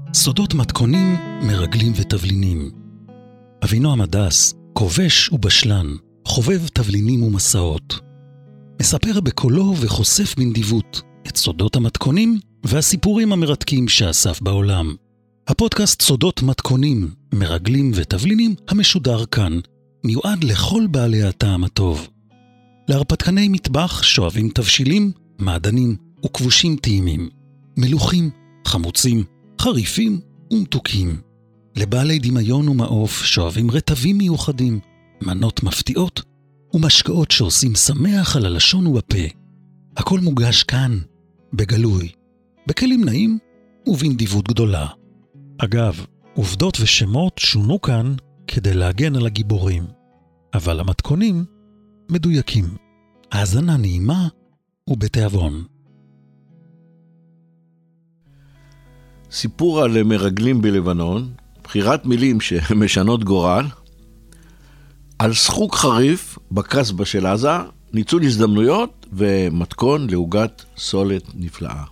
סודות מתכונים, מרגלים ותבלינים. אבינועם הדס, כובש ובשלן, חובב תבלינים ומסעות. מספר בקולו וחושף בנדיבות את סודות המתכונים והסיפורים המרתקים שאסף בעולם. הפודקאסט סודות מתכונים, מרגלים ותבלינים המשודר כאן, מיועד לכל בעלי הטעם הטוב. להרפתקני מטבח שואבים תבשילים, מעדנים וכבושים טעימים, מלוחים, חמוצים, חריפים ומתוקים. לבעלי דמיון ומעוף שואבים רטבים מיוחדים, מנות מפתיעות ומשקאות שעושים שמח על הלשון ובפה. הכל מוגש כאן, בגלוי, בכלים נעים ובנדיבות גדולה. אגב, עובדות ושמות שונו כאן כדי להגן על הגיבורים, אבל המתכונים מדויקים. האזנה נעימה ובתיאבון. סיפור על מרגלים בלבנון, בחירת מילים שמשנות גורל, על שחוק חריף בקסבה של עזה, ניצול הזדמנויות ומתכון לעוגת סולת נפלאה.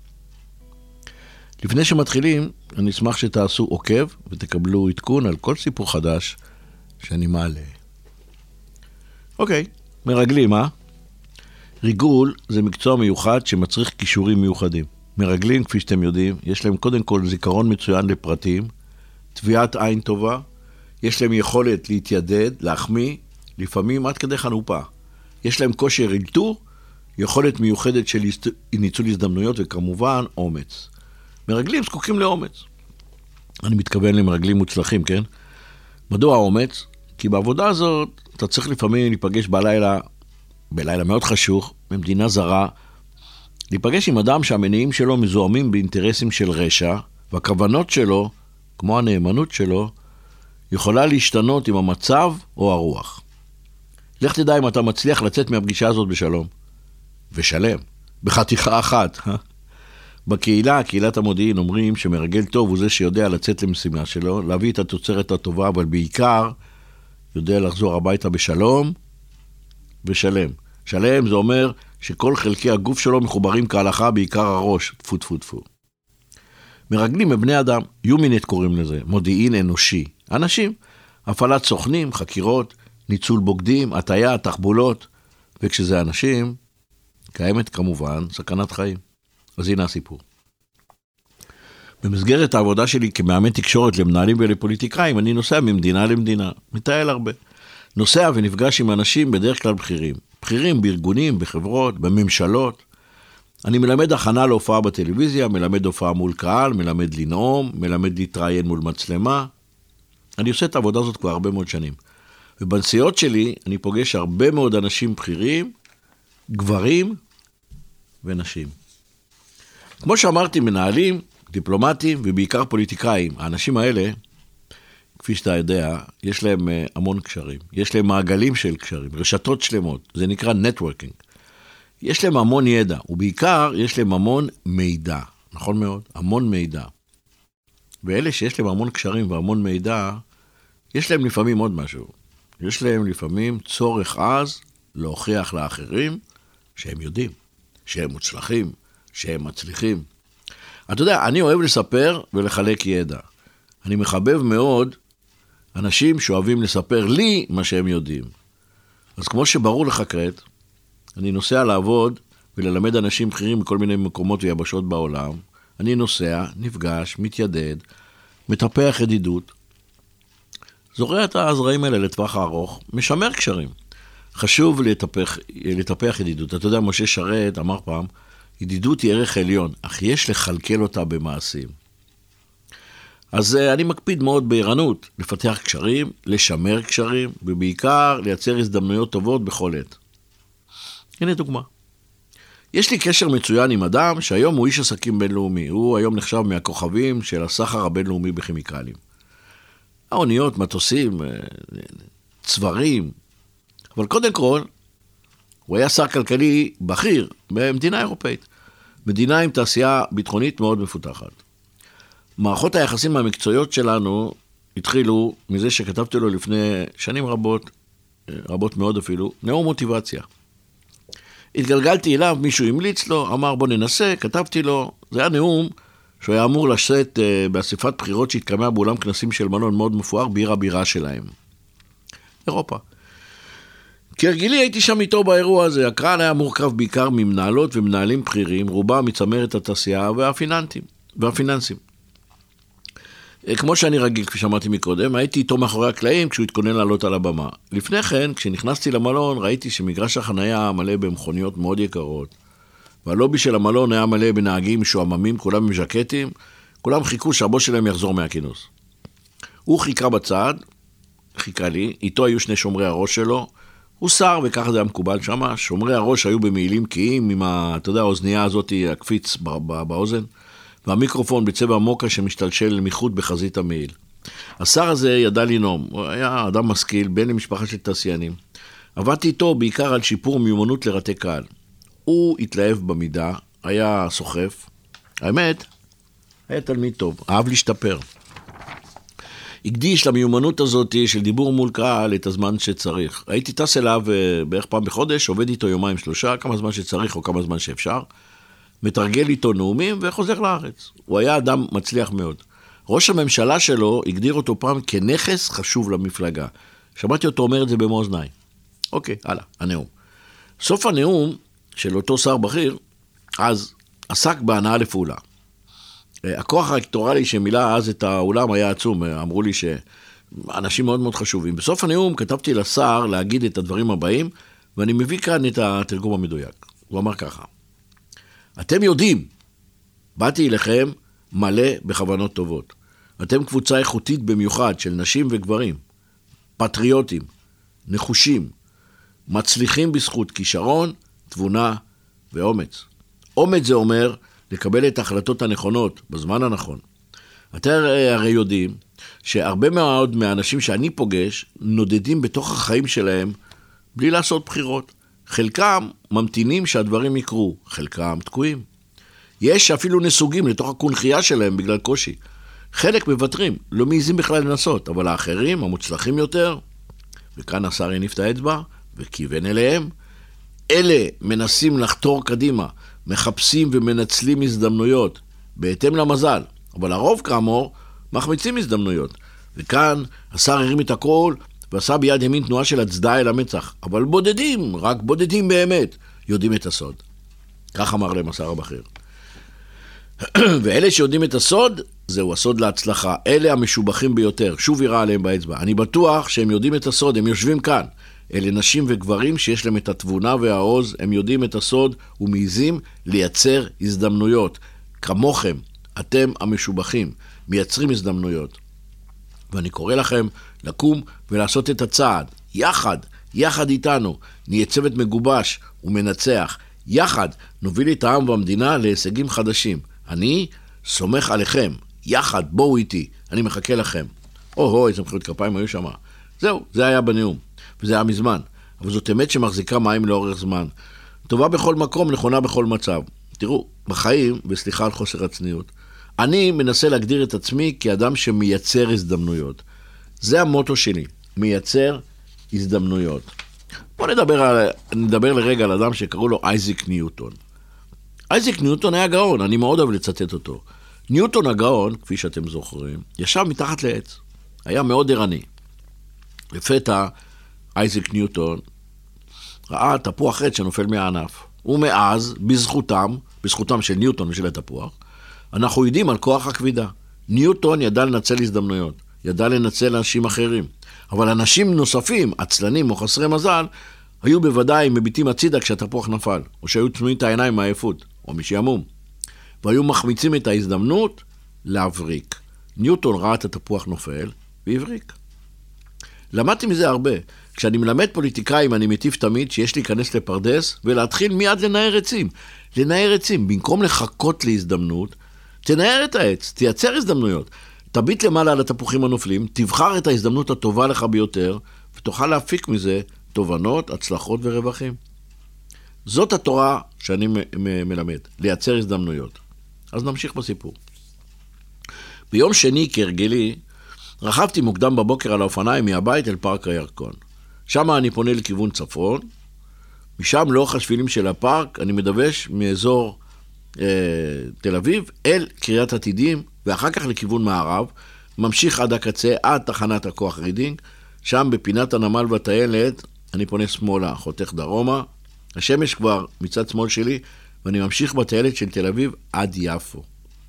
לפני שמתחילים, אני אשמח שתעשו עוקב ותקבלו עדכון על כל סיפור חדש שאני מעלה. אוקיי, מרגלים, ריגול זה מקצוע מיוחד שמצריך כישורים מיוחדים. מרגלים, כפי שאתם יודעים, יש להם קודם כל זיכרון מצוין לפרטים, טביעת עין טובה, יש להם יכולת להתיידד, להחמיא, לפעמים עד כדי חנופה. יש להם כושר אלתור, יכולת מיוחדת של ניצול הזדמנויות וכמובן אומץ. מרגלים זקוקים לאומץ. אני מתכוון למרגלים מוצלחים, כן? מדוע האומץ? כי בעבודה הזאת אתה צריך לפעמים להיפגש בלילה מאוד חשוך, במדינה זרה, להיפגש עם אדם שהמניעים שלו מזוהמים באינטרסים של רשע, והכוונות שלו, כמו הנאמנות שלו, יכולה להשתנות עם המצב או הרוח. לך תדע אם אתה מצליח לצאת מהפגישה הזאת בשלום. ושלם, בחתיכה אחת. בקהילה, קהילת המודיעין, אומרים שמרגל טוב הוא זה שיודע לצאת למשימה שלו, להביא את התוצרת הטובה, אבל בעיקר יודע לחזור הביתה בשלום ושלם. שלם זה אומר שכל חלקי הגוף שלו מחוברים כהלכה, בעיקר הראש, טפו טפו טפו. מרגלים הם בני אדם, יומינט קוראים לזה, מודיעין אנושי. אנשים, הפעלת סוכנים, חקירות, ניצול בוגדים, הטיה, תחבולות, וכשזה אנשים, קיימת כמובן סכנת חיים. אז הנה הסיפור. במסגרת העבודה שלי כמאמן תקשורת למנהלים ולפוליטיקאים, אני נוסע ממדינה למדינה, מטייל הרבה. נוסע ונפגש עם אנשים בדרך כלל בכירים. בכירים בארגונים, בחברות, בממשלות. אני מלמד הכנה להופעה בטלוויזיה, מלמד הופעה מול קהל, מלמד לנאום, מלמד להתראיין מול מצלמה. אני עושה את העבודה הזאת כבר הרבה מאוד שנים. ובנסיעות שלי אני פוגש הרבה מאוד אנשים בכירים, גברים ונשים. כמו שאמרתי, מנהלים, דיפלומטים ובעיקר פוליטיקאים. האנשים האלה, כפי שאתה יודע, יש להם המון קשרים. יש להם מעגלים של קשרים, רשתות שלמות. זה נקרא נטוורקינג. יש להם המון ידע, ובעיקר יש להם המון מידע. נכון מאוד? המון מידע. ואלה שיש להם המון קשרים והמון מידע, יש להם לפעמים עוד משהו. יש להם לפעמים צורך עז להוכיח לאחרים שהם יודעים, שהם מוצלחים, שהם מצליחים. אתה יודע, אני אוהב לספר ולחלק ידע. אני מחבב מאוד אנשים שאוהבים לספר לי מה שהם יודעים. אז כמו שברור לך כעת, אני נוסע לעבוד וללמד אנשים בכירים מכל מיני מקומות ויבשות בעולם. אני נוסע, נפגש, מתיידד, מטפח ידידות, זורע את הזרעים האלה לטווח הארוך, משמר קשרים. חשוב לטפח ידידות. אתה יודע, משה שרת אמר פעם, ידידות היא ערך עליון, אך יש לחלקל אותה במעשים. אז אני מקפיד מאוד בערנות, לפתח קשרים, לשמר קשרים, ובעיקר לייצר הזדמנויות טובות בכל עת. הנה דוגמה. יש לי קשר מצוין עם אדם שהיום הוא איש עסקים בינלאומי. הוא היום נחשב מהכוכבים של הסחר הבינלאומי בכימיקלים. האוניות, מטוסים, צברים. אבל קודם כל, הוא היה שר כלכלי בכיר במדינה אירופאית. מדינה עם תעשייה ביטחונית מאוד מפותחת. מערכות היחסים המקצועיות שלנו התחילו מזה שכתבתי לו לפני שנים רבות מאוד אפילו, נאום מוטיבציה. התגלגלתי אליו, מישהו המליץ לו, אמר בוא ננסה, כתבתי לו, זה היה נאום שהוא היה אמור לשאת באספת בחירות שהתקיימה באולם כנסים של מלון מאוד מפואר, בעיר הבירה שלהם. אירופה. כהרגלי הייתי שם איתו באירוע הזה. הקהל היה מורכב בעיקר ממנהלות ומנהלים בכירים, רובם מצמרת התעשייה והפיננסים. כמו שאני רגיל, כפי שאמרתי מקודם, הייתי איתו מאחורי הקלעים כשהוא התכונן לעלות על הבמה. לפני כן, כשנכנסתי למלון, ראיתי שמגרש החנייה מלא במכוניות מאוד יקרות, והלובי של המלון היה מלא בנהגים משועממים, כולם עם ז'קטים, כולם חיכו שהבוס שלהם יחזור מהכינוס. הוא חיכה בצד, חיכה לי, איתו היו שני שומרי הראש שלו, הוא שר וככה זה היה מקובל שם, שומרי הראש היו במעילים קיים עם האוזנייה הזאת, הקפיץ באוזן, והמיקרופון בצבע מוקה שמשתלשל מחוט בחזית המעיל. השר הזה ידע לנאום, הוא היה אדם משכיל, בן למשפחה של תעשיינים. עבדתי איתו בעיקר על שיפור מיומנות לרתק קהל. הוא התלהב במידה, היה סוחף. האמת, היה תלמיד טוב, אהב להשתפר. הקדיש למיומנות הזאת של דיבור מול קהל את הזמן שצריך. הייתי טס אליו בערך פעם בחודש, עובד איתו יומיים שלושה, כמה זמן שצריך או כמה זמן שאפשר. מתרגל איתו נאומים וחוזר לארץ. הוא היה אדם מצליח מאוד. ראש הממשלה שלו הגדיר אותו פעם כנכס חשוב למפלגה. שמעתי אותו אומר את זה במו אוזניי. אוקיי, הלאה, הנאום. סוף הנאום של אותו שר בכיר, אז עסק בהנאה לפעולה. הכוח האלקטורלי שמילא אז את האולם היה עצום, אמרו לי שאנשים מאוד מאוד חשובים. בסוף הנאום כתבתי לשר להגיד את הדברים הבאים, ואני מביא כאן את התרגום המדויק. הוא אמר ככה, אתם יודעים, באתי אליכם מלא בכוונות טובות. אתם קבוצה איכותית במיוחד של נשים וגברים, פטריוטים, נחושים, מצליחים בזכות כישרון, תבונה ואומץ. אומץ זה אומר לקבל את ההחלטות הנכונות בזמן הנכון. אתם הרי יודעים שהרבה מאוד מהאנשים שאני פוגש נודדים בתוך החיים שלהם בלי לעשות בחירות. חלקם ממתינים שהדברים יקרו, חלקם תקועים. יש אפילו נסוגים לתוך הקונחייה שלהם בגלל קושי. חלק מבטרים, לא מעיזים בכלל לנסות, אבל האחרים, המוצלחים יותר, וכאן השר הניף את האצבע וכיוון אליהם, אלה מנסים לחתור קדימה, מחפשים ומנצלים הזדמנויות, בהתאם למזל, אבל הרוב כאמור מחמיצים הזדמנויות. וכאן השר הרים את הכל ועשה ביד ימין תנועה של הצדעה אל המצח, אבל בודדים, רק בודדים באמת, יודעים את הסוד. כך אמר להם השר הבכיר. ואלה שיודעים את הסוד, זהו הסוד להצלחה. אלה המשובחים ביותר, שוב יראה עליהם באצבע. אני בטוח שהם יודעים את הסוד, הם יושבים כאן. אלה נשים וגברים שיש להם את התבונה והעוז, הם יודעים את הסוד ומעיזים לייצר הזדמנויות. כמוכם, אתם המשובחים, מייצרים הזדמנויות. ואני קורא לכם לקום ולעשות את הצעד. יחד איתנו, נהיה צוות מגובש ומנצח. יחד נוביל את העם והמדינה להישגים חדשים. אני סומך עליכם. יחד, בואו איתי. אני מחכה לכם. איזה מחיאות כפיים היו שם. זהו, זה היה בנאום. וזה היה מזמן. אבל זאת אמת שמחזיקה מים לאורך זמן. טובה בכל מקום, נכונה בכל מצב. תראו, בחיים, וסליחה על חוסר הצניעות, אני מנסה להגדיר את עצמי כאדם שמייצר הזדמנויות. זה המוטו שלי, מייצר הזדמנויות. בואו נדבר לרגע על אדם שקראו לו אייזק ניוטון. אייזק ניוטון היה גאון, אני מאוד אוהב לצטט אותו. ניוטון הגאון, כפי שאתם זוכרים, ישב מתחת לעץ. היה מאוד ערני. לפתע, אייזק ניוטון ראה תפוח עץ שנופל מהענף. ומאז, בזכותם של ניוטון ושל התפוח, אנחנו יודעים על כוח הכבידה. ניוטון ידע לנצל הזדמנויות, ידע לנצל אנשים אחרים. אבל אנשים נוספים, עצלנים או חסרי מזל, היו בוודאי מביטים הצידה כשהתפוח נפל, או שהיו תנועים את העיניים מהעייפות, או משעמום. והיו מחמיצים את ההזדמנות להבריק. ניוטון ראה את התפוח נופל והבריק. למדתי מזה הרבה. כשאני מלמד פוליטיקאים אני מטיף תמיד שיש להיכנס לפרדס ולהתחיל מיד לנער עצים. לנער עצים, במקום לחכות להזדמנות, תנער את העץ, תייצר הזדמנויות. תביט למעלה על התפוחים הנופלים, תבחר את ההזדמנות הטובה לך ביותר, ותוכל להפיק מזה תובנות, הצלחות ורווחים. זאת התורה שאני מלמד, לייצר הזדמנויות. אז נמשיך בסיפור. ביום שני כהרגלי, רכבתי מוקדם בבוקר על האופניים מהבית אל פארק הירקון. שם אני פונה לכיוון צפון, משם לאורך השבילים של הפארק אני מדווש מאזור תל אביב, אל קריית עתידים, ואחר כך לכיוון מערב, ממשיך עד הקצה, עד תחנת הכוח רידינג, שם בפינת הנמל והטיילת, אני פונה שמאלה, חותך דרומה, השמש כבר מצד שמאל שלי, ואני ממשיך בטיילת של תל אביב עד יפו.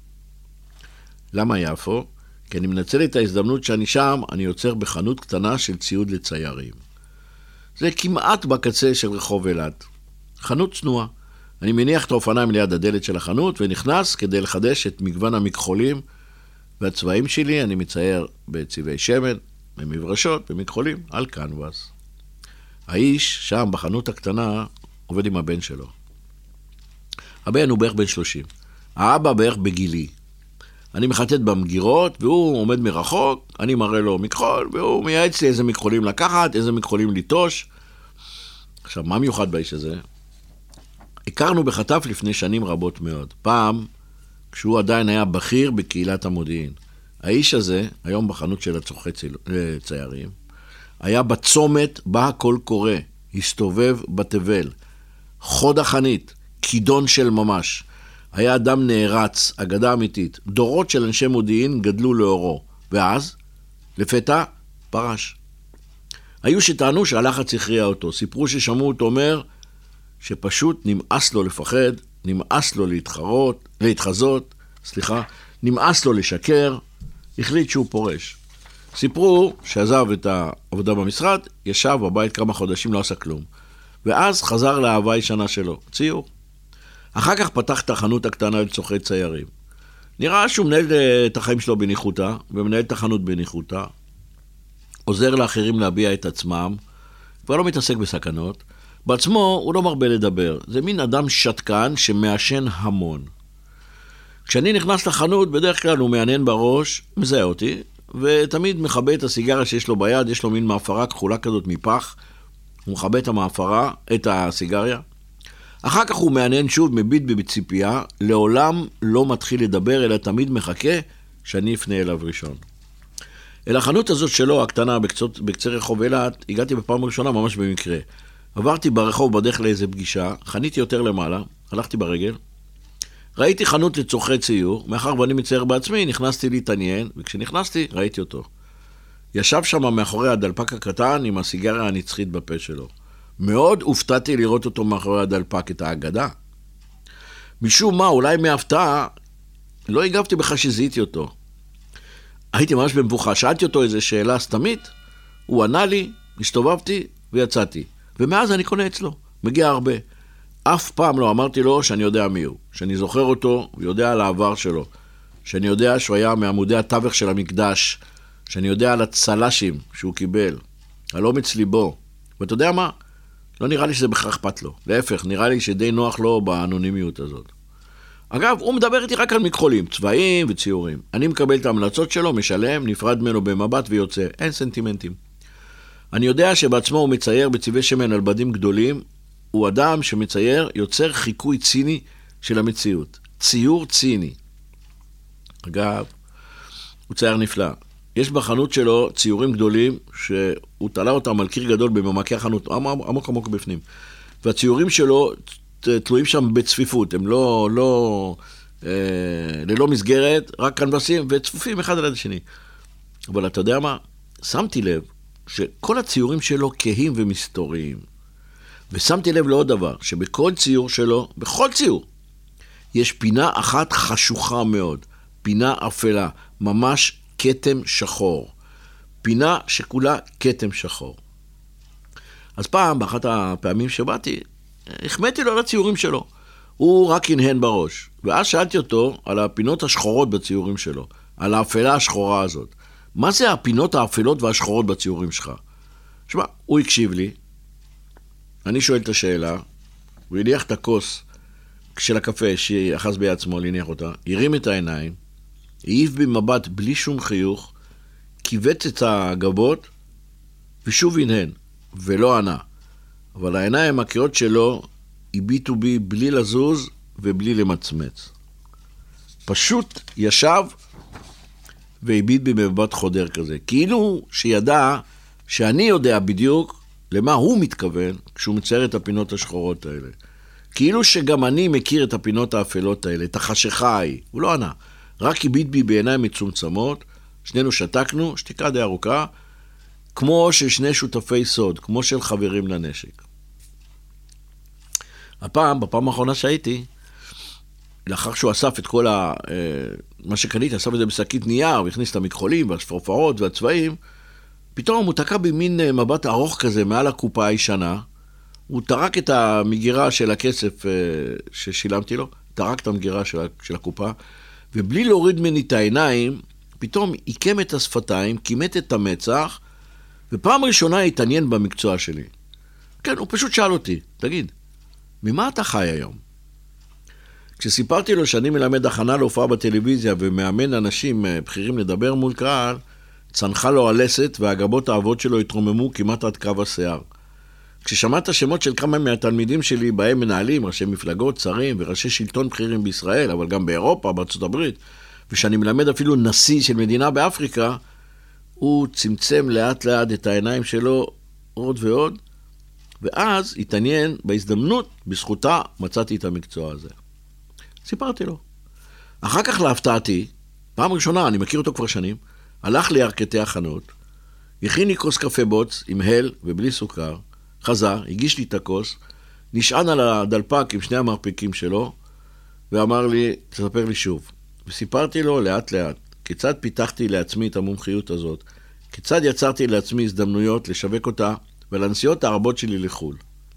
למה יפו? כי אני מנצל את ההזדמנות שאני שם, אני יוצר בחנות קטנה של ציוד לציירים. זה כמעט בקצה של רחוב אילת. חנות צנועה. אני מניח את האופניים ליד הדלת של החנות, ונכנס כדי לחדש את מגוון המכחולים והצבעים שלי. אני מצייר בצבעי שמן, במברשות, במכחולים, על קנבס. האיש שם בחנות הקטנה עובד עם הבן שלו. הבן הוא בערך בן 30. האבא בערך בגילי. אני מחטט במגירות, והוא עומד מרחוק, אני מראה לו מכחול, והוא מייעץ לי איזה מכחולים לקחת, איזה מכחולים ליטוש. עכשיו, מה מיוחד באיש הזה? הכרנו בחטף לפני שנים רבות מאוד. פעם, כשהוא עדיין היה בכיר בקהילת המודיעין. האיש הזה, היום בחנות של הצורכי ציירים, היה בצומת בה הכל קורה, הסתובב בתבל, חוד החנית, כידון של ממש. היה אדם נערץ, אגדה אמיתית. דורות של אנשי מודיעין גדלו לאורו, ואז, לפתע, פרש. היו שטענו שהלחץ הכריע אותו, סיפרו ששמעו אותו אומר שפשוט נמאס לו לפחד, נמאס לו להתחזות, נמאס לו לשקר, החליט שהוא פורש. סיפרו שעזב את העבודה במשרד, ישב בבית כמה חודשים, לא עשה כלום. ואז חזר לאהבה הישנה שלו, ציור. אחר כך פתח את החנות הקטנה לצורכי ציירים. נראה שהוא מנהל את החיים שלו בניחותה, ומנהל את החנות בניחותה, עוזר לאחרים להביע את עצמם, כבר לא מתעסק בסכנות. בעצמו הוא לא מרבה לדבר, זה מין אדם שתקן שמעשן המון. כשאני נכנס לחנות, בדרך כלל הוא מעניין בראש, מזהה אותי, ותמיד מכבה את הסיגריה שיש לו ביד, יש לו מין מאפרה כחולה כזאת מפח, הוא מכבה את המאפרה, את הסיגריה. אחר כך הוא מעניין שוב, מביט בציפייה, לעולם לא מתחיל לדבר, אלא תמיד מחכה שאני אפנה אליו ראשון. אל החנות הזאת שלו, הקטנה בקצה רחוב אילת, הגעתי בפעם ראשונה ממש במקרה. עברתי ברחוב בדרך לאיזה פגישה, חניתי יותר למעלה, הלכתי ברגל, ראיתי חנות לצורכי ציור, מאחר ואני מצייר בעצמי, נכנסתי להתעניין, וכשנכנסתי ראיתי אותו. ישב שם מאחורי הדלפק הקטן עם הסיגריה הנצחית בפה שלו. מאוד הופתעתי לראות אותו מאחורי הדלפק, את האגדה. משום מה, אולי מהפתעה, לא הגבתי בכלל שזיהיתי אותו. הייתי ממש במבוכה, שאלתי אותו איזו שאלה סתמית, הוא ענה לי, הסתובבתי ויצאתי. ומאז אני קונה אצלו, מגיע הרבה. אף פעם לא אמרתי לו שאני יודע מי הוא, שאני זוכר אותו ויודע על העבר שלו, שאני יודע שהוא היה מעמודי התווך של המקדש, שאני יודע על הצלשים שהוא קיבל, על אומץ ליבו. ואתה יודע מה? לא נראה לי שזה בכך אכפת לו. להפך, נראה לי שדי נוח לו באנונימיות הזאת. אגב, הוא מדבר איתי רק על מכחולים, צבעים וציורים. אני מקבל את ההמלצות שלו, משלם, נפרד ממנו במבט ויוצא. אין סנטימנטים. אני יודע שבעצמו הוא מצייר בצבעי שמן על בדים גדולים, הוא אדם שמצייר, יוצר חיקוי ציני של המציאות. ציור ציני. אגב, הוא צייר נפלא. יש בחנות שלו ציורים גדולים שהוא תלה אותם על קיר גדול במעמקי החנות, עמוק עמוק בפנים. והציורים שלו תלויים שם בצפיפות, הם ללא מסגרת, רק קנבסים וצפופים אחד על יד השני. אבל אתה יודע מה? שמתי לב שכל הציורים שלו כהים ומסתוריים. ושמתי לב לעוד דבר, שבכל ציור שלו, בכל ציור, יש פינה אחת חשוכה מאוד, פינה אפלה, ממש כתם שחור. פינה שכולה כתם שחור. אז פעם, באחת הפעמים שבאתי, החמאתי לו על הציורים שלו. הוא רק הנהן בראש. ואז שאלתי אותו על הפינות השחורות בציורים שלו, על האפלה השחורה הזאת. מה זה הפינות האפלות והשחורות בציורים שלך? שמע, הוא הקשיב לי, אני שואל את השאלה, הוא הניח את הכוס של הקפה שאחז ביד שמאל, הניח אותה, הרים את העיניים, העיף במבט בלי שום חיוך, קיבץ את הגבות, ושוב הנהן, ולא ענה. אבל העיניים הקריאות שלו הביטו בי בלי לזוז ובלי למצמץ. פשוט ישב והביט בי במבט חודר כזה, כאילו שידע שאני יודע בדיוק למה הוא מתכוון כשהוא מצייר את הפינות השחורות האלה. כאילו שגם אני מכיר את הפינות האפלות האלה, את החשיכה ההיא. הוא לא ענה. רק הביט בי בעיניים מצומצמות, שנינו שתקנו, שתיקה די ארוכה, כמו של שני שותפי סוד, כמו של חברים לנשק. בפעם האחרונה שהייתי, לאחר שהוא אסף את כל מה שקניתי, אסף את זה בשקית נייר, והכניס את המכחולים והשפרפרות והצבעים, פתאום הוא תקע במין מבט ארוך כזה מעל הקופה הישנה, הוא טרק את המגירה של הכסף ששילמתי לו, טרק את המגירה של הקופה, ובלי להוריד ממני את העיניים, פתאום עיקם את השפתיים, כימת את המצח, ופעם ראשונה התעניין במקצוע שלי. כן, הוא פשוט שאל אותי, תגיד, ממה אתה חי היום? כשסיפרתי לו שאני מלמד הכנה להופעה בטלוויזיה ומאמן אנשים בכירים לדבר מול קהל, צנחה לו הלסת והגבות האבות שלו התרוממו כמעט עד קו השיער. כששמעת שמות של כמה מהתלמידים שלי, בהם מנהלים, ראשי מפלגות, שרים וראשי שלטון בכירים בישראל, אבל גם באירופה, בארצות הברית, ושאני מלמד אפילו נשיא של מדינה באפריקה, הוא צמצם לאט לאט את העיניים שלו עוד ועוד, ואז התעניין בהזדמנות, בזכותה מצאתי את המקצוע הזה. סיפרתי לו. אחר כך להפתעתי, פעם ראשונה, אני מכיר אותו כבר שנים, הלך לירכתי החנות, הכין לי כוס קפה בוץ עם הל ובלי סוכר, חזר, הגיש לי את הכוס, נשען על הדלפק עם שני המרפקים שלו, ואמר לי, תספר לי שוב. וסיפרתי לו לאט לאט, כיצד פיתחתי לעצמי את המומחיות הזאת, כיצד יצרתי לעצמי הזדמנויות לשווק אותה, ולנסיעות הרבות שלי לחול.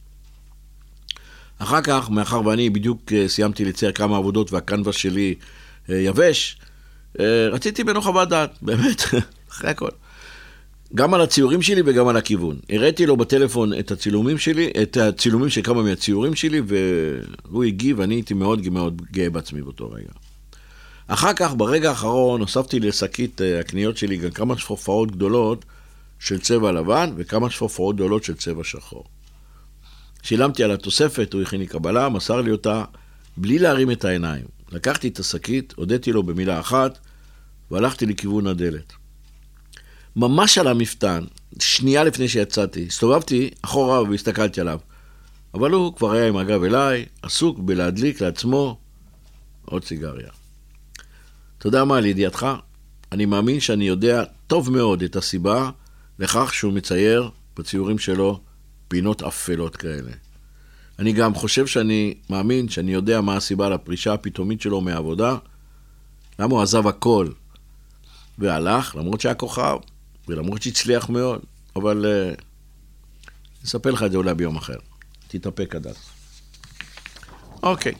אחר כך, מאחר ואני בדיוק סיימתי לצייר כמה עבודות והקנבס שלי יבש, רציתי בנו חוות דעת, באמת, אחרי הכל. גם על הציורים שלי וגם על הכיוון. הראיתי לו בטלפון את הצילומים שלי, את הצילומים של כמה מהציורים שלי, והוא הגיב, ואני הייתי מאוד מאוד גאה בעצמי באותו רגע. אחר כך, ברגע האחרון, הוספתי לשקית הקניות שלי גם כמה שפופרות גדולות של צבע לבן, וכמה שפופרות גדולות של צבע שחור. שילמתי על התוספת, הוא הכין לי קבלה, מסר לי אותה, בלי להרים את העיניים. לקחתי את השקית, הודיתי לו במילה אחת, והלכתי לכיוון הדלת. ממש על המפתן, שנייה לפני שיצאתי, הסתובבתי אחורה והסתכלתי עליו. אבל הוא כבר היה עם הגב אליי, עסוק בלהדליק לעצמו עוד סיגריה. אתה יודע מה, לידיעתך? אני מאמין שאני יודע טוב מאוד את הסיבה לכך שהוא מצייר בציורים שלו פינות אפלות כאלה. אני גם חושב שאני מאמין שאני יודע מה הסיבה לפרישה הפתאומית שלו מהעבודה, למה הוא עזב הכל והלך, למרות שהיה כוכב, ולמרות שהצליח מאוד, אבל נספר לך את זה אולי ביום אחר. תתאפק עד אז. אוקיי.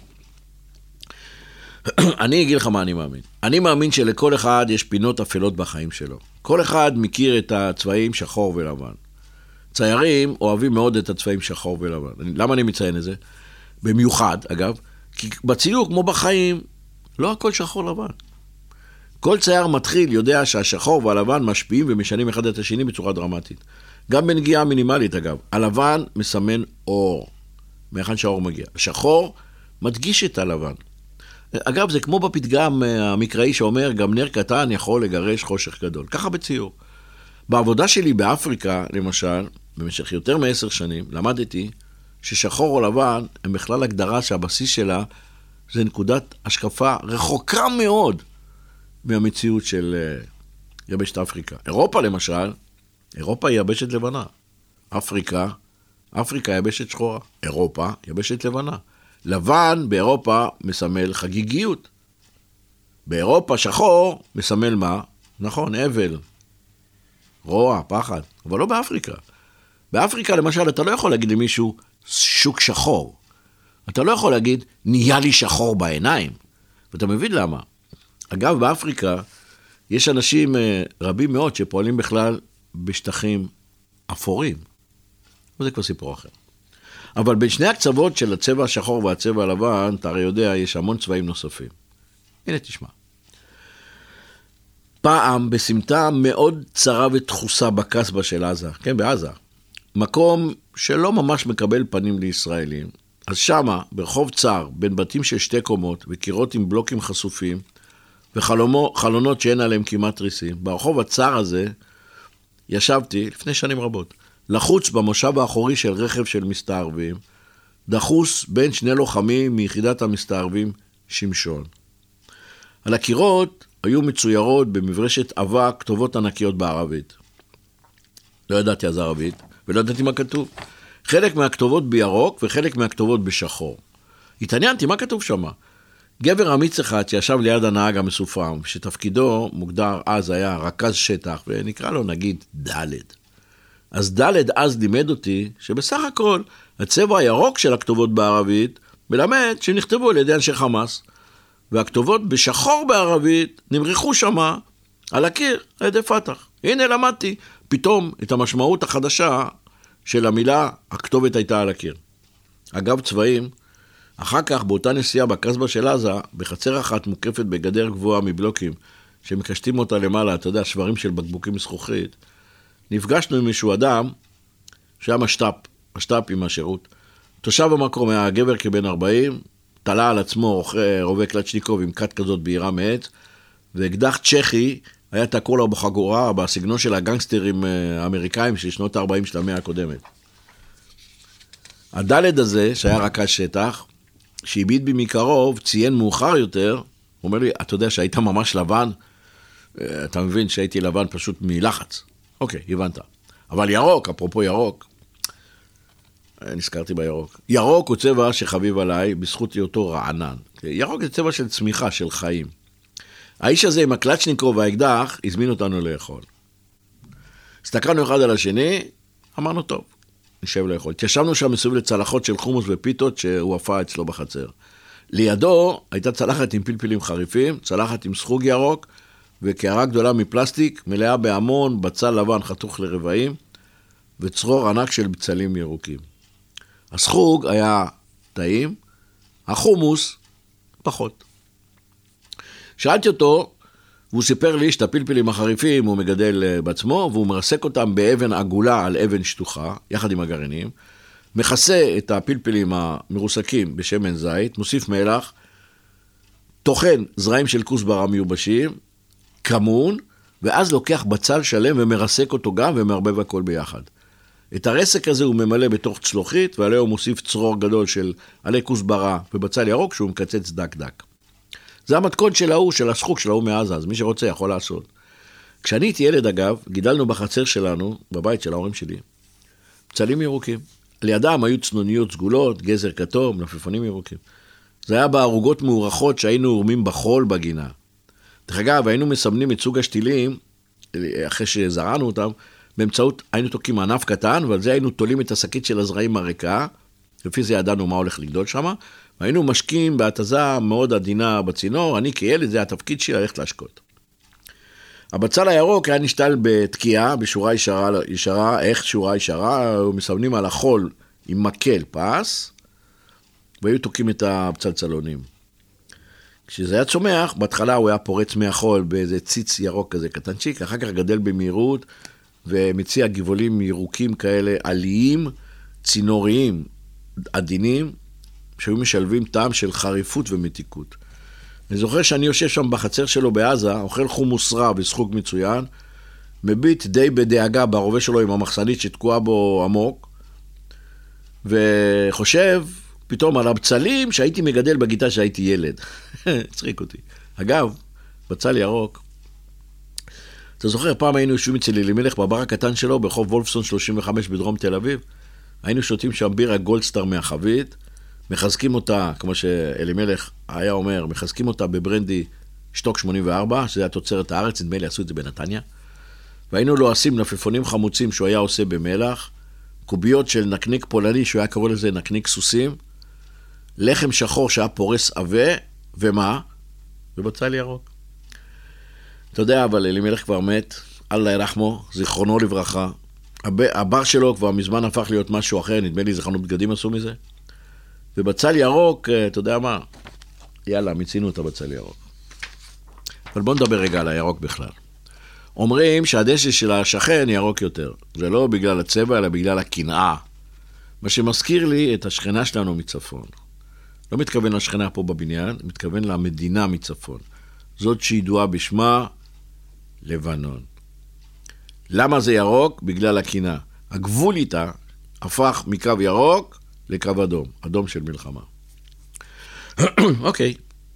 אני אגיד לך מה אני מאמין. אני מאמין שלכל אחד יש פינות אפלות בחיים שלו. כל אחד מכיר את הצבעים שחור ולבן. ציירים אוהבים מאוד את הצבעים שחור ולבן. למה אני מציין את זה? במיוחד, אגב, כי בציור, כמו בחיים, לא הכל שחור לבן. כל צייר מתחיל יודע שהשחור והלבן משפיעים ומשנים אחד את השני בצורה דרמטית. גם בנגיעה מינימלית, אגב. הלבן מסמן אור, מאחד שהאור מגיע. השחור מדגיש את הלבן. אגב, זה כמו בפתגם המקראי שאומר, גם נר קטן יכול לגרש חושך גדול. ככה בציור. בעבודה שלי באפריקה, למשל, במשך יותר מ10 שנים, למדתי ששחור או לבן הם בכלל הגדרה שהבסיס שלה זה נקודת השקפה רחוקה מאוד מהמציאות של יבשת אפריקה. אירופה למשל, אירופה היא יבשת לבנה. אפריקה יבשת שחורה. אירופה יבשת לבנה. לבן באירופה מסמל חגיגיות. באירופה שחור מסמל מה? נכון, אבל. רוע, פחד. אבל לא באפריקה. באפריקה למשל אתה לא יכול להגיד למישהו שוק שחור. אתה לא יכול להגיד נהיה לי שחור בעיניים. ואתה מבין למה? אגב, באפריקה יש אנשים רבים מאוד שפועלים בכלל בשטחים אפורים. וזה כבר סיפור אחר. אבל בין שני הקצוות של הצבע השחור והצבע הלבן, אתה הרי יודע, יש המון צבעים נוספים. הנה תשמע. פעם בסמטה מאוד צרה ותחוסה בקסבה של עזה, כן, בעזה. מקום שלא ממש מקבל פנים לישראלים. אז שמה, ברחוב צר, בין בתים של 2 קומות וקירות עם בלוקים חשופים, וחלונות שאין עליהם כמעט ריסים, ברחוב הצר הזה ישבתי לפני שנים רבות, לחוץ במושב האחורי של רכב של מסתערבים, דחוס בין שני לוחמים מיחידת המסתערבים שמשון. על הקירות היו מצוירות במברשת אבק כתובות ענקיות בערבית. לא ידעתי אז ערבית, ולא ידעתי מה כתוב. חלק מהכתובות בירוק וחלק מהכתובות בשחור. התעניינתי, מה כתוב שם? גבר אמיץ אחד שישב ליד הנהג המסופם, שתפקידו מוגדר אז היה רכז שטח, ונקרא לו נגיד ד'. אז ד' אז לימד אותי שבסך הכל הצבע הירוק של הכתובות בערבית מלמד שנכתבו על ידי אנשי חמאס, והכתובות בשחור בערבית נמרחו שמה על הקיר על ידי פתח. הנה למדתי פתאום את המשמעות החדשה של המילה הכתובת הייתה על הקיר. אגב צבעים, אחר כך באותה נסיעה בקסבה של עזה, בחצר אחת מוקפת בגדר גבוהה מבלוקים, שמקשטים אותה למעלה, אתה יודע, שברים של בקבוקים זכוכית, נפגשנו עם מישהו אדם, שהיה משת"פ עם השירות. תושב המקום היה גבר כבן 40, תלה על עצמו רובה קלצ'ניקוב עם קט כזאת בהירה מעץ, ואקדח צ'כי היה תקוע לו בחגורה, בסגנון של הגנגסטרים האמריקאים של שנות ה-40 של המאה הקודמת. הדלת הזה, שהיה רכז שטח, שהביט בי מקרוב, ציין מאוחר יותר, הוא אומר לי, אתה יודע שהיית ממש לבן? אתה מבין שהייתי לבן פשוט מלחץ. אוקיי, הבנת. אבל ירוק, אפרופו ירוק, נזכרתי בירוק. ירוק הוא צבע שחביב עליי בזכות היותו רענן. ירוק זה צבע של צמיחה, של חיים. האיש הזה עם הקלצ'ניקוב והאקדח הזמין אותנו לאכול. הסתכלנו אחד על השני, אמרנו טוב, נשב לאכול. התיישבנו שם מסביב לצלחות של חומוס ופיתות שהוא הופע אצלו בחצר. לידו הייתה צלחת עם פלפלים חריפים, צלחת עם סחוג ירוק, וקערה גדולה מפלסטיק, מלאה בהמון בצל לבן חתוך לרבעים, וצרור ענק של בצלים ירוקים. הסחוג היה טעים, החומוס פחות. שאלתי אותו, והוא סיפר לי שאת הפלפלים החריפים הוא מגדל בעצמו, והוא מרסק אותם באבן עגולה על אבן שטוחה, יחד עם הגרעינים, מכסה את הפלפלים המרוסקים בשמן זית, מוסיף מלח, טוחן זרעים של כוסברה מיובשים, כמון, ואז לוקח בצל שלם ומרסק אותו גם ומערבב הכל ביחד. את הרסק הזה הוא ממלא בתוך צלוחית, ועליה הוא מוסיף צרור גדול של עלי כוסברה ובצל ירוק שהוא מקצץ דק דק. זה המתכון של ההוא, של הסחוק של ההוא מעזה, אז מי שרוצה יכול לעשות. כשאני הייתי ילד אגב, גידלנו בחצר שלנו, בבית של ההורים שלי, בצלים ירוקים. לידם היו צנוניות סגולות, גזר כתום, נפפונים ירוקים. זה היה בערוגות מאורחות שהיינו עורמים בחול בגינה. דרך אגב, היינו מסמנים את סוג השתילים, אחרי שזרענו אותם, באמצעות, היינו תוקים ענף קטן, ועל זה היינו תולים את השקית של הזרעים הריקה, לפי זה ידענו מה הולך לגדול שם, והיינו משקים בהתזה מאוד עדינה בצינור, אני כילד, זה התפקיד שלי ללכת להשקות. הבצל הירוק היה נשתל בתקיעה, בשורה ישרה, איך שורה ישרה, מסמנים על החול עם מקל פס, והיו תוקים את הבצלצלונים. כשזה היה צומח, בהתחלה הוא היה פורץ מהחול באיזה ציץ ירוק כזה קטנצ'יק, אחר כך גדל במהירות, ומציע גבעולים ירוקים כאלה עליים, צינוריים, עדינים, שהיו משלבים טעם של חריפות ומתיקות. אני זוכר שאני יושב שם בחצר שלו בעזה, אוכל חומוס רע וסחוג מצוין, מביט די בדאגה ברובה שלו עם המחסנית שתקועה בו עמוק, וחושב פתאום על הבצלים שהייתי מגדל בגיטה שהייתי ילד. הצחיק אותי. אגב, בצל ירוק, אתה זוכר, פעם היינו יושבים אצל אלימלך בבר הקטן שלו, ברחוב וולפסון 35 בדרום תל אביב, היינו שותים שם בירה גולדסטאר מהחבית, מחזקים אותה, כמו שאלימלך היה אומר, מחזקים אותה בברנדי שטוק 84, שזה התוצרת הארץ, נדמה לי עשו את זה בנתניה, והיינו לו עושים נפפונים חמוצים שהוא היה עושה במלח, קוביות של נקניק פולני, שהוא היה קורא לזה נקניק סוסים, לחם שחור שהיה פורס עבה, ומה? ובצל ירוק. אתה יודע, אבל אלימלך כבר מת, אללה ירחמו, זיכרונו לברכה, הבר שלו כבר מזמן הפך להיות משהו אחר, נדמה לי זכרנו בגדים עשו מזה, ובצל ירוק, אתה יודע מה? יאללה, מצינו את הבצל ירוק. אבל בוא נדבר רגע על הירוק בכלל. אומרים שהדשא של השכן ירוק יותר. זה לא בגלל הצבע, אלא בגלל הקנאה. מה שמזכיר לי את השכנה שלנו מצפון. לא מתכוון לשכנה פה בבניין, מתכוון למדינה מצפון. זאת שידועה בשמה לבנון. למה זה ירוק? בגלל הקנאה. הגבול איתה הפך מקו ירוק לקו אדום, אדום של מלחמה. אוקיי.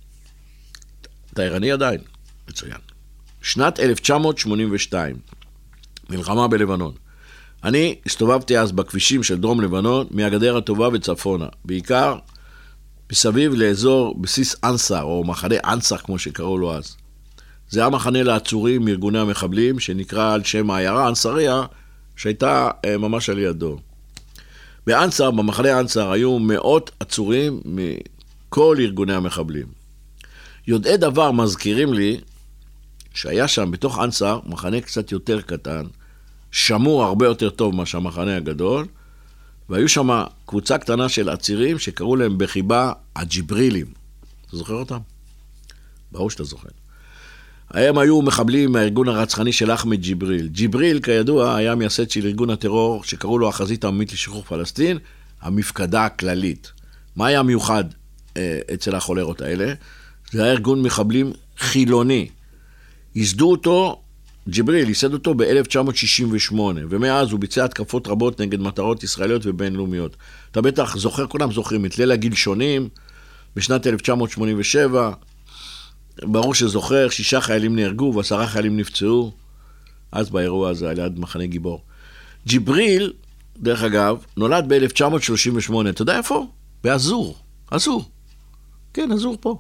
אתה ערני עדיין? מצוין. שנת 1982, מלחמה בלבנון. אני הסתובבתי אז בכבישים של דרום לבנון, מהגדר הטובה וצפונה, בעיקר מסביב לאזור בסיס אנסר, או מחנה אנסר כמו שקראו לו אז. זה היה מחנה לעצורים מארגוני המחבלים, שנקרא על שם העיירה אנסריה, שהייתה ממש על ידו. באנסר, במחנה אנסר, היו מאות עצורים מכל ארגוני המחבלים. יודעי דבר מזכירים לי שהיה שם בתוך אנסר מחנה קצת יותר קטן, שמור הרבה יותר טוב מה שהמחנה הגדול, והיו שם קבוצה קטנה של עצירים שקראו להם בחיבה הג'יברילים. אתה זוכר אותם? ברור שאתה זוכר. הם היו מחבלים מהארגון הרצחני של אחמד ג'יבריל. ג'יבריל, כידוע, היה מייסד של ארגון הטרור שקראו לו החזית העממית לשחרור פלסטין, המפקדה הכללית. מה היה מיוחד אצל החולרות האלה? זה היה ארגון מחבלים חילוני. ייסדו אותו, ג'יבריל ייסד אותו ב-1968, ומאז הוא ביצע התקפות רבות נגד מטרות ישראליות ובינלאומיות. אתה בטח זוכר, כולם זוכרים את ליל הגלשונים, בשנת 1987, ברור שזוכר, 6 חיילים נהרגו ו10 חיילים נפצעו, אז באירוע הזה, על יד מחנה גיבור. ג'יבריל, דרך אגב, נולד ב-1938, אתה יודע איפה? באזור, אזור. כן, אזור פה.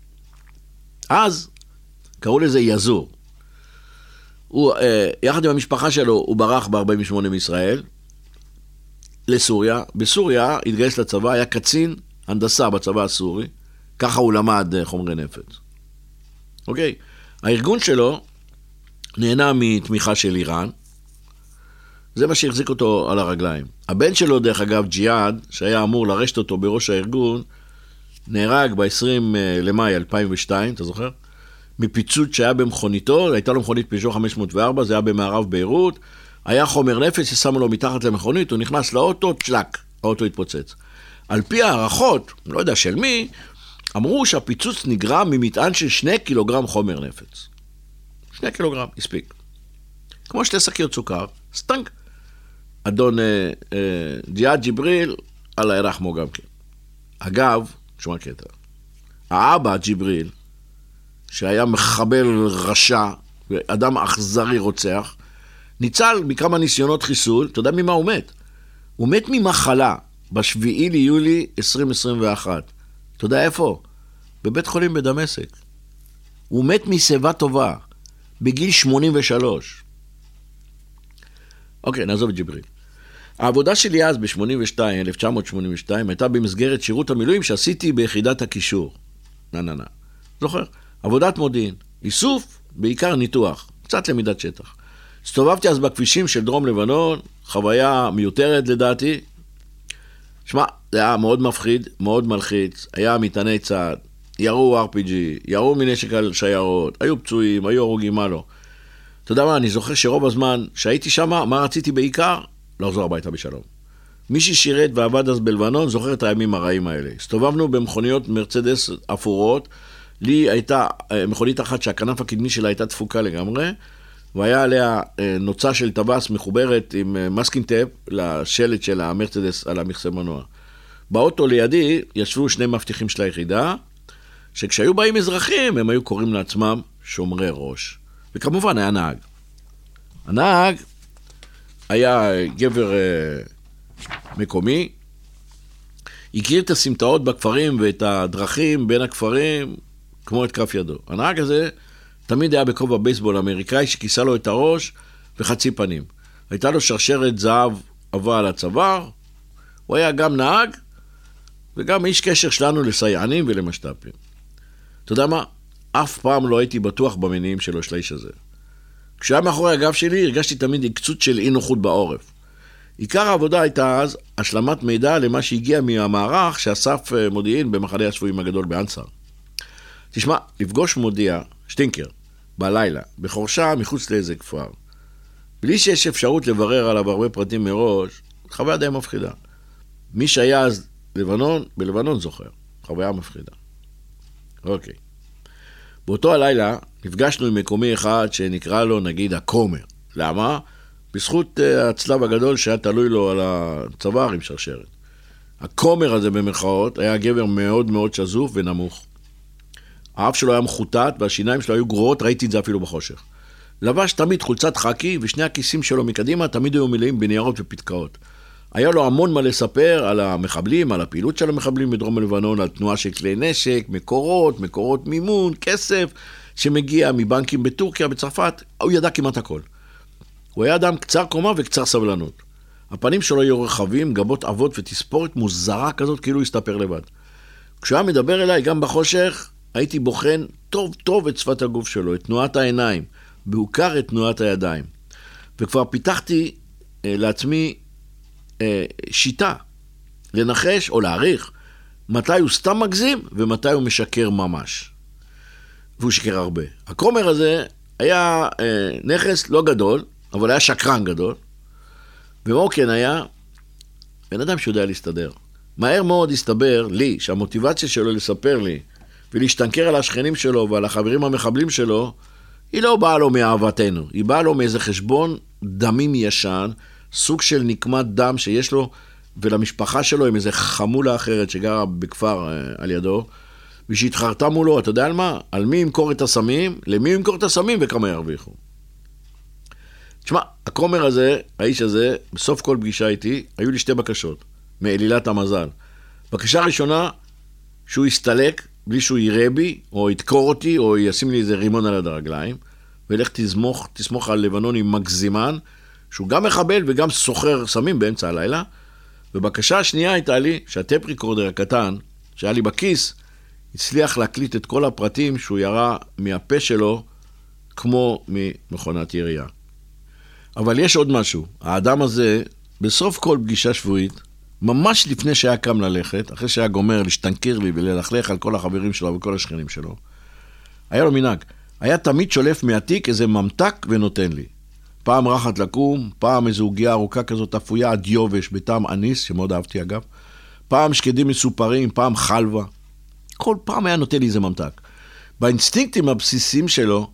אז קראו לזה יזור. הוא, יחד עם המשפחה שלו, הוא ברח ב-48 מישראל, לסוריה. בסוריה התגייס לצבא, היה קצין הנדסה בצבא הסורי, ככה הוא למד חומרי נפץ. אוקיי, הארגון שלו נהנה מתמיכה של איראן, זה מה שהחזיק אותו על הרגליים. הבן שלו, דרך אגב, ג'יהאד, שהיה אמור לרשת אותו בראש הארגון, נהרג ב-20 למאי 2002, אתה זוכר? מפיצוץ שהיה במכוניתו, הייתה לו מכונית פז'ו 504, זה היה במערב ביירות, היה חומר נפץ ששמו לו מתחת למכונית, הוא נכנס לאוטו, צ'לק, האוטו התפוצץ. על פי הערכות, לא יודע של מי, אמרו שהפיצוץ נגרם ממטען של 2 קילוגרם חומר נפץ. 2 קילוגרם, הספיק. כמו 2 שקיות סוכר, סטנק. אדון ג'יהאד ג'יבריל, אללה ירחמו גם כן. אגב, שומע קטע, האבא ג'יבריל, שהיה מחבל רשע, אדם אכזרי רוצח, ניצל מכמה ניסיונות חיסול, אתה יודע ממה הוא מת? הוא מת ממחלה, ב7 ליולי 2021. אתה יודע איפה? בבית חולים בדמשק. הוא מת משיבה טובה, בגיל 83. אוקיי, נעזוב את ג'יבריל. העבודה שלי אז ב-82, 1982, הייתה במסגרת שירות המילואים שעשיתי ביחידת הקישור. זוכר? עבודת מודיעין, איסוף, בעיקר ניתוח, קצת למידת שטח. הסתובבתי אז בכבישים של דרום לבנון, חוויה מיותרת לדעתי. שמע, זה היה מאוד מפחיד, מאוד מלחיץ, היה מטעני צעד, ירו RPG, ירו מנשק על שיירות, היו פצועים, היו הרוגים, מה לא. אתה יודע מה, אני זוכר שרוב הזמן שהייתי שם, מה רציתי בעיקר? לחזור הביתה בשלום. מי ששירת ועבד אז בלבנון זוכר את הימים הרעים האלה. הסתובבנו במכוניות מרצדס אפורות, לי הייתה מכונית אחת שהכנף הקדמי שלה הייתה דפוקה לגמרי, והיה עליה נוצה של טבס מחוברת עם מסקינג טייפ לשלט של המרצדס על המכסה מנוע. באוטו לידי ישבו 2 מבטיחים של היחידה, שכשהיו באים אזרחים הם היו קוראים לעצמם שומרי ראש. וכמובן היה נהג. הנהג היה גבר מקומי, הכיר את הסמטאות בכפרים ואת הדרכים בין הכפרים כמו את כף ידו. הנהג הזה תמיד היה בכובע בייסבול אמריקאי שכיסה לו את הראש וחצי פנים. הייתה לו שרשרת זהב עבה על הצוואר, הוא היה גם נהג וגם איש קשר שלנו לסייענים ולמשת"פים. אתה יודע מה? אף פעם לא הייתי בטוח במניעים שלו של האיש הזה. כשהיה מאחורי הגב שלי הרגשתי תמיד עקצות של אי נוחות בעורף. עיקר העבודה הייתה אז השלמת מידע למה שהגיע מהמערך שאסף מודיעין במחנה השבויים הגדול באנסר. תשמע, לפגוש מודיע, שטינקר, בלילה, בחורשה מחוץ לאיזה כפר, בלי שיש אפשרות לברר עליו הרבה פרטים מראש, חוויה די מפחידה. מי שהיה אז בלבנון זוכר, חוויה מפחידה. אוקיי. באותו הלילה נפגשנו עם מקומי אחד שנקרא לו נגיד הכומר. למה? בזכות הצלב הגדול שהיה תלוי לו על הצוואר עם שרשרת. הכומר הזה במרכאות היה גבר מאוד מאוד שזוף ונמוך. האף שלו היה מחוטט והשיניים שלו היו גרועות, ראיתי את זה אפילו בחושך. לבש תמיד חולצת חקי ושני הכיסים שלו מקדימה תמיד היו מלאים בניירות ופתקאות. היה לו המון מה לספר על המחבלים, על הפעילות של המחבלים בדרום לבנון, על תנועה של כלי נשק, מקורות מימון, כסף שמגיע מבנקים בטורקיה, בצרפת, הוא ידע כמעט הכל. הוא היה אדם קצר קומה וקצר סבלנות. הפנים שלו היו רחבים, גבות עבות ותספורת מוזרה כזאת, כאילו הוא הסתפר לבד. כשהוא היה מדבר אליי, גם בחושך, הייתי בוחן טוב טוב את שפת הגוף שלו, את תנועת העיניים, בעיקר את תנועת הידיים. וכבר פיתחתי לעצמי שיטה, לנחש או להעריך, מתי הוא סתם מגזים ומתי הוא משקר ממש. והוא שקר הרבה. הכומר הזה היה נכס לא גדול, אבל היה שקרן גדול. ומה כן היה? בן אדם שיודע להסתדר. מהר מאוד הסתבר לי שהמוטיבציה שלו לספר לי ולהשתנקר על השכנים שלו ועל החברים המחבלים שלו, היא לא באה לו מאהבתנו, היא באה לו מאיזה חשבון דמים ישן, סוג של נקמת דם שיש לו ולמשפחה שלו עם איזה חמולה אחרת שגרה בכפר על ידו, ושהתחרתה מולו, אתה יודע על מה? על מי ימכור את הסמים, למי ימכור את הסמים וכמה ירוויחו. תשמע, הכומר הזה, האיש הזה, בסוף כל פגישה איתי, היו לי שתי בקשות, מאלילת המזל. בקשה ראשונה, שהוא יסתלק, בלי שהוא יראה בי, או ידקור אותי, או ישים לי איזה רימון על הרגליים, וילך תסמוך על לבנוני מגזימן, שהוא גם מחבל וגם סוחר סמים באמצע הלילה. ובקשה השנייה הייתה לי, שהטפ ריקורדר הקטן, שהיה לי בכיס, הצליח להקליט את כל הפרטים שהוא ירה מהפה שלו, כמו ממכונת ירייה. אבל יש עוד משהו. האדם הזה, בסוף כל פגישה שבועית, ממש לפני שהיה קם ללכת, אחרי שהיה גומר להשתנקר לי וללכלך על כל החברים שלו וכל השכנים שלו, היה לו מנהג. היה תמיד שולף מהתיק איזה ממתק ונותן לי. פעם רחת לקום, פעם איזו עוגיה ארוכה כזאת אפויה עד יובש בטעם אניס, שמאוד אהבתי אגב, פעם שקדים מסופרים, פעם חלבה. כל פעם היה נותן לי איזה ממתק. באינסטינקטים הבסיסיים שלו,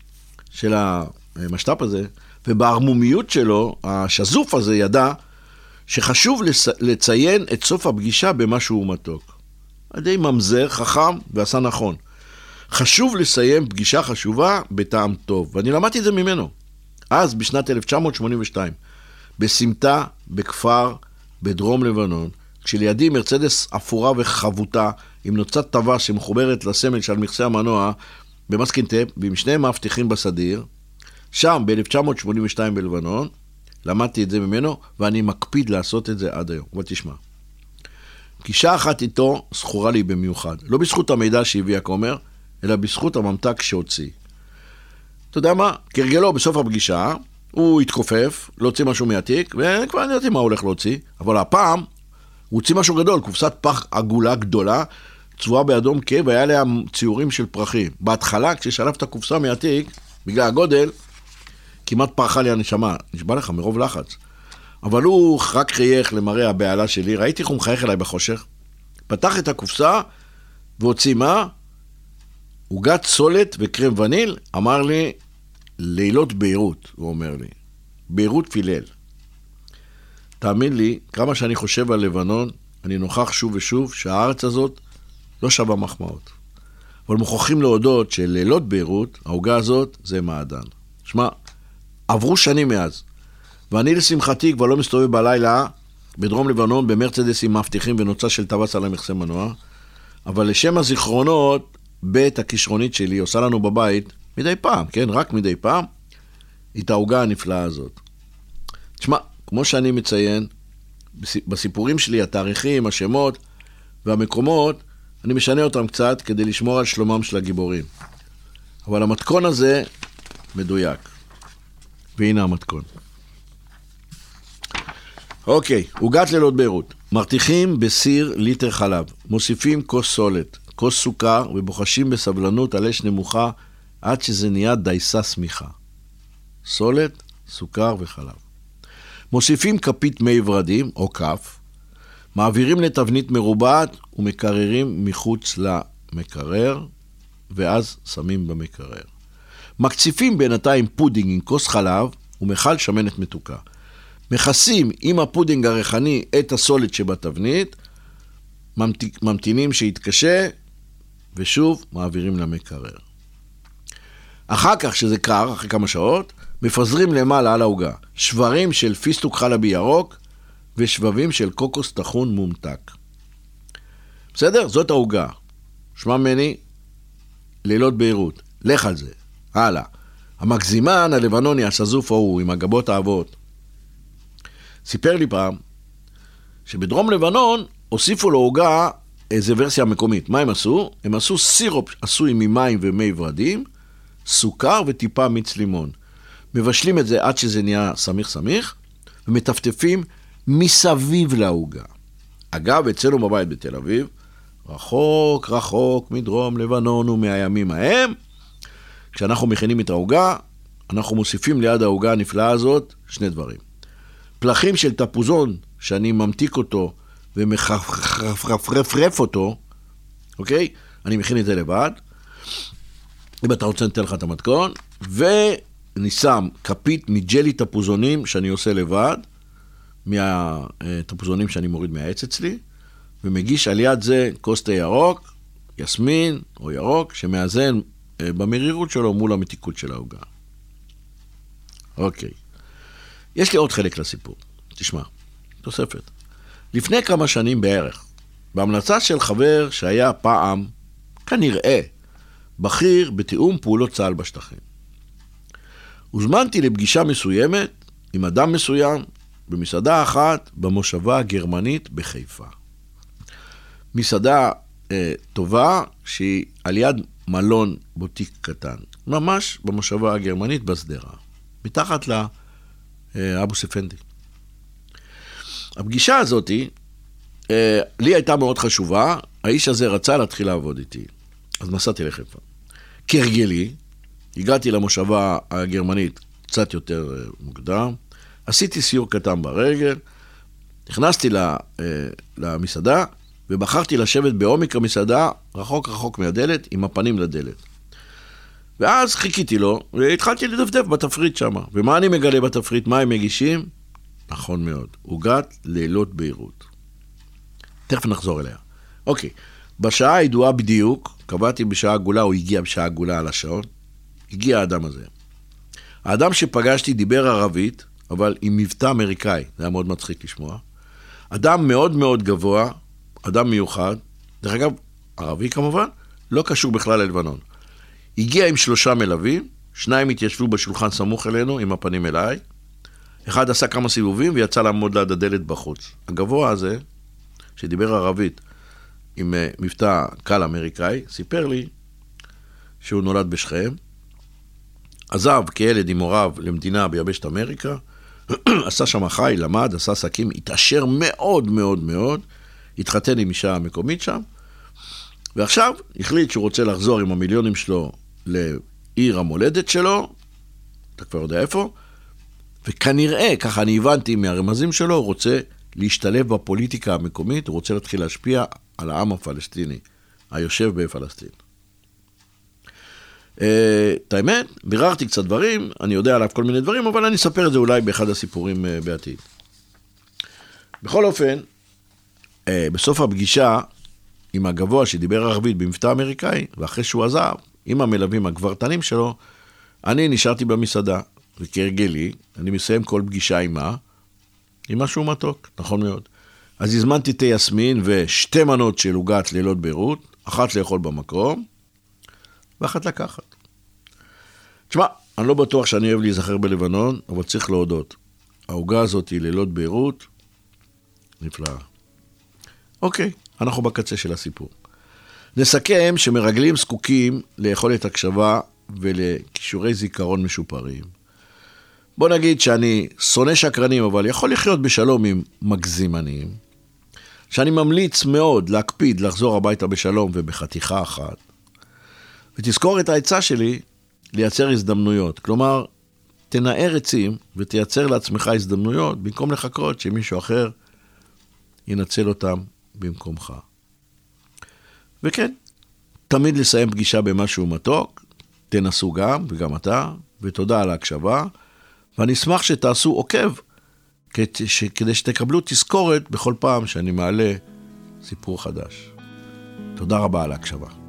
של המשת"פ הזה, ובערמומיות שלו, השזוף הזה ידע שחשוב לציין את סוף הפגישה במשהו מתוק. די ממזר, חכם ועשה נכון. חשוב לסיים פגישה חשובה בטעם טוב, ואני למדתי את זה ממנו. אז בשנת 1982, בסמטה, בכפר, בדרום לבנון, כשלידי מרצדס אפורה וחבוטה, עם נוצת טבע שמחוברת לסמל של מכסה המנוע, במסקינטפ, ועם שני מאבטחים בסדיר, שם ב-1982 בלבנון, למדתי את זה ממנו, ואני מקפיד לעשות את זה עד היום. אבל תשמע, פגישה אחת איתו זכורה לי במיוחד, לא בזכות המידע שהביא הכומר, אלא בזכות הממתק שהוציא. אתה יודע מה? כרגלו בסוף הפגישה, הוא התכופף, להוציא משהו מהתיק, וכבר אני יודעת מה הוא הולך להוציא, אבל הפעם הוא הוציא משהו גדול, קופסת פח עגולה גדולה, צבועה באדום כהה, והיה לה ציורים של פרחים. בהתחלה, כששלף את הקופסה מהתיק, בגלל הגודל, כמעט פרחה לי הנשמה, נשבע לך מרוב לחץ. אבל הוא רק חייך למראה הבעלה שלי, ראיתי איך הוא מחייך אליי בחושך, פתח את הקופסה, והוציא מה? עוגת סולת וקרם וניל, אמר לי, לילות ביירות, הוא אומר לי. ביירות פילל. תאמין לי, כמה שאני חושב על לבנון, אני נוכח שוב ושוב שהארץ הזאת לא שווה מחמאות. אבל מוכרחים להודות שלילות ביירות, העוגה הזאת זה מעדן. שמע, עברו שנים מאז, ואני לשמחתי כבר לא מסתובב בלילה בדרום לבנון במרצדס עם מבטיחים ונוצה של טווס על המכסה מנוע, אבל לשם הזיכרונות, בית הכישרונית שלי עושה לנו בבית מדי פעם, כן? רק מדי פעם, את העוגה הנפלאה הזאת. תשמע, כמו שאני מציין, בסיפורים שלי, התאריכים, השמות והמקומות, אני משנה אותם קצת כדי לשמור על שלומם של הגיבורים. אבל המתכון הזה מדויק. והנה המתכון. אוקיי, עוגת לילות ביירות. מרתיחים בסיר ליטר חלב. מוסיפים כוס סולת, כוס סוכר, ובוחשים בסבלנות על אש נמוכה עד שזה נהיה דייסה סמיכה. סולת, סוכר וחלב. מוסיפים כפית מי ורדים או כף, מעבירים לתבנית מרובעת ומקררים מחוץ למקרר, ואז שמים במקרר. מקציפים בינתיים פודינג עם כוס חלב ומכל שמנת מתוקה. מכסים עם הפודינג הריחני את הסולת שבתבנית, ממתינים שיתקשה, ושוב מעבירים למקרר. אחר כך, שזה קר, אחרי כמה שעות, מפזרים למעלה על העוגה שברים של פיסטוק חלבי ירוק, ושבבים של קוקוס טחון מומתק. בסדר? זאת העוגה. שמע ממני, לילות בהירות. לך על זה. הלאה. המגזימן הלבנוני השזוף ההוא עם הגבות האבות, סיפר לי פעם, שבדרום לבנון הוסיפו לו עוגה איזה ורסיה מקומית. מה הם עשו? הם עשו סירופ עשוי ממים ומי ורדים, סוכר וטיפה מיץ לימון. מבשלים את זה עד שזה נהיה סמיך סמיך, ומטפטפים מסביב לעוגה. אגב, אצלנו בבית בתל אביב, רחוק רחוק מדרום לבנון ומהימים ההם, כשאנחנו מכינים את העוגה, אנחנו מוסיפים ליד העוגה הנפלאה הזאת שני דברים. פלחים של תפוזון, שאני ממתיק אותו ומחפרף אותו, אוקיי? אני מכין את זה לבד. אם אתה רוצה נתן לך את המתכון, ואני שם כפית מג'לי תפוזונים שאני עושה לבד, מהתפוזונים שאני מוריד מהעץ אצלי, ומגיש על יד זה כוס תה ירוק, יסמין או ירוק, שמאזן במרירות שלו מול המתיקות של העוגה. אוקיי. יש לי עוד חלק לסיפור. תשמע, תוספת. לפני כמה שנים בערך, בהמלצה של חבר שהיה פעם, כנראה, בכיר בתיאום פעולות צה"ל בשטחים. הוזמנתי לפגישה מסוימת עם אדם מסוים במסעדה אחת במושבה הגרמנית בחיפה. מסעדה טובה שהיא על יד מלון בוטיק קטן, ממש במושבה הגרמנית בסדרה, מתחת לאבו ספנדי. הפגישה הזאת לי הייתה מאוד חשובה, האיש הזה רצה להתחיל לעבוד איתי, אז נסעתי לחיפה. כהרגלי, הגעתי למושבה הגרמנית קצת יותר מוקדם, עשיתי סיור קטן ברגל, נכנסתי למסעדה, ובחרתי לשבת בעומק המסעדה, רחוק רחוק מהדלת, עם הפנים לדלת. ואז חיכיתי לו, והתחלתי לדפדף בתפריט שם. ומה אני מגלה בתפריט? מה הם מגישים? נכון מאוד, עוגת לילות בהירות. תכף נחזור אליה. אוקיי, בשעה הידועה בדיוק, קבעתי בשעה עגולה, הוא הגיע בשעה עגולה על השעון, הגיע האדם הזה. האדם שפגשתי דיבר ערבית, אבל עם מבטא אמריקאי, זה היה מאוד מצחיק לשמוע. אדם מאוד מאוד גבוה, אדם מיוחד, דרך אגב, ערבי כמובן, לא קשור בכלל ללבנון. הגיע עם 3 מלווים, 2 התיישבו בשולחן סמוך אלינו, עם הפנים אליי, אחד עשה כמה סיבובים ויצא לעמוד ליד הדלת בחוץ. הגבוה הזה, שדיבר ערבית עם מבטא קל אמריקאי, סיפר לי שהוא נולד בשכם, עזב כילד עם הוריו למדינה ביבשת אמריקה, עשה שם חי, למד, עשה עסקים, התעשר מאוד מאוד מאוד, התחתן עם אישה מקומית שם, ועכשיו החליט שהוא רוצה לחזור עם המיליונים שלו לעיר המולדת שלו, אתה כבר יודע איפה, וכנראה, ככה אני הבנתי מהרמזים שלו, הוא רוצה להשתלב בפוליטיקה המקומית, הוא רוצה להתחיל להשפיע על העם הפלסטיני, היושב בפלסטין. את האמת, ביררתי קצת דברים, אני יודע עליו כל מיני דברים, אבל אני אספר את זה אולי באחד הסיפורים בעתיד. בכל אופן, בסוף הפגישה עם הגבוה שדיבר ערבית במבטא אמריקאי, ואחרי שהוא עזב, עם המלווים הגברתנים שלו, אני נשארתי במסעדה, וכהרגלי, אני מסיים כל פגישה עם משהו מתוק, נכון מאוד. אז הזמנתי תה יסמין ו2 מנות של עוגת לילות בהירות, אחת לאכול במקום, ואחת לקחת. תשמע, אני לא בטוח שאני אוהב להיזכר בלבנון, אבל צריך להודות. העוגה הזאת היא לילות בהירות, נפלאה. אוקיי, אנחנו בקצה של הסיפור. נסכם שמרגלים זקוקים ליכולת הקשבה ולכישורי זיכרון משופרים. בוא נגיד שאני שונא שקרנים, אבל יכול לחיות בשלום עם מגזימנים, שאני ממליץ מאוד להקפיד לחזור הביתה בשלום ובחתיכה אחת, ותזכור את העצה שלי לייצר הזדמנויות. כלומר, תנער עצים ותייצר לעצמך הזדמנויות, במקום לחכות שמישהו אחר ינצל אותם במקומך. וכן, תמיד לסיים פגישה במשהו מתוק, תנסו גם, וגם אתה, ותודה על ההקשבה, ואני אשמח שתעשו עוקב, כדי שתקבלו תזכורת בכל פעם שאני מעלה סיפור חדש. תודה רבה על ההקשבה.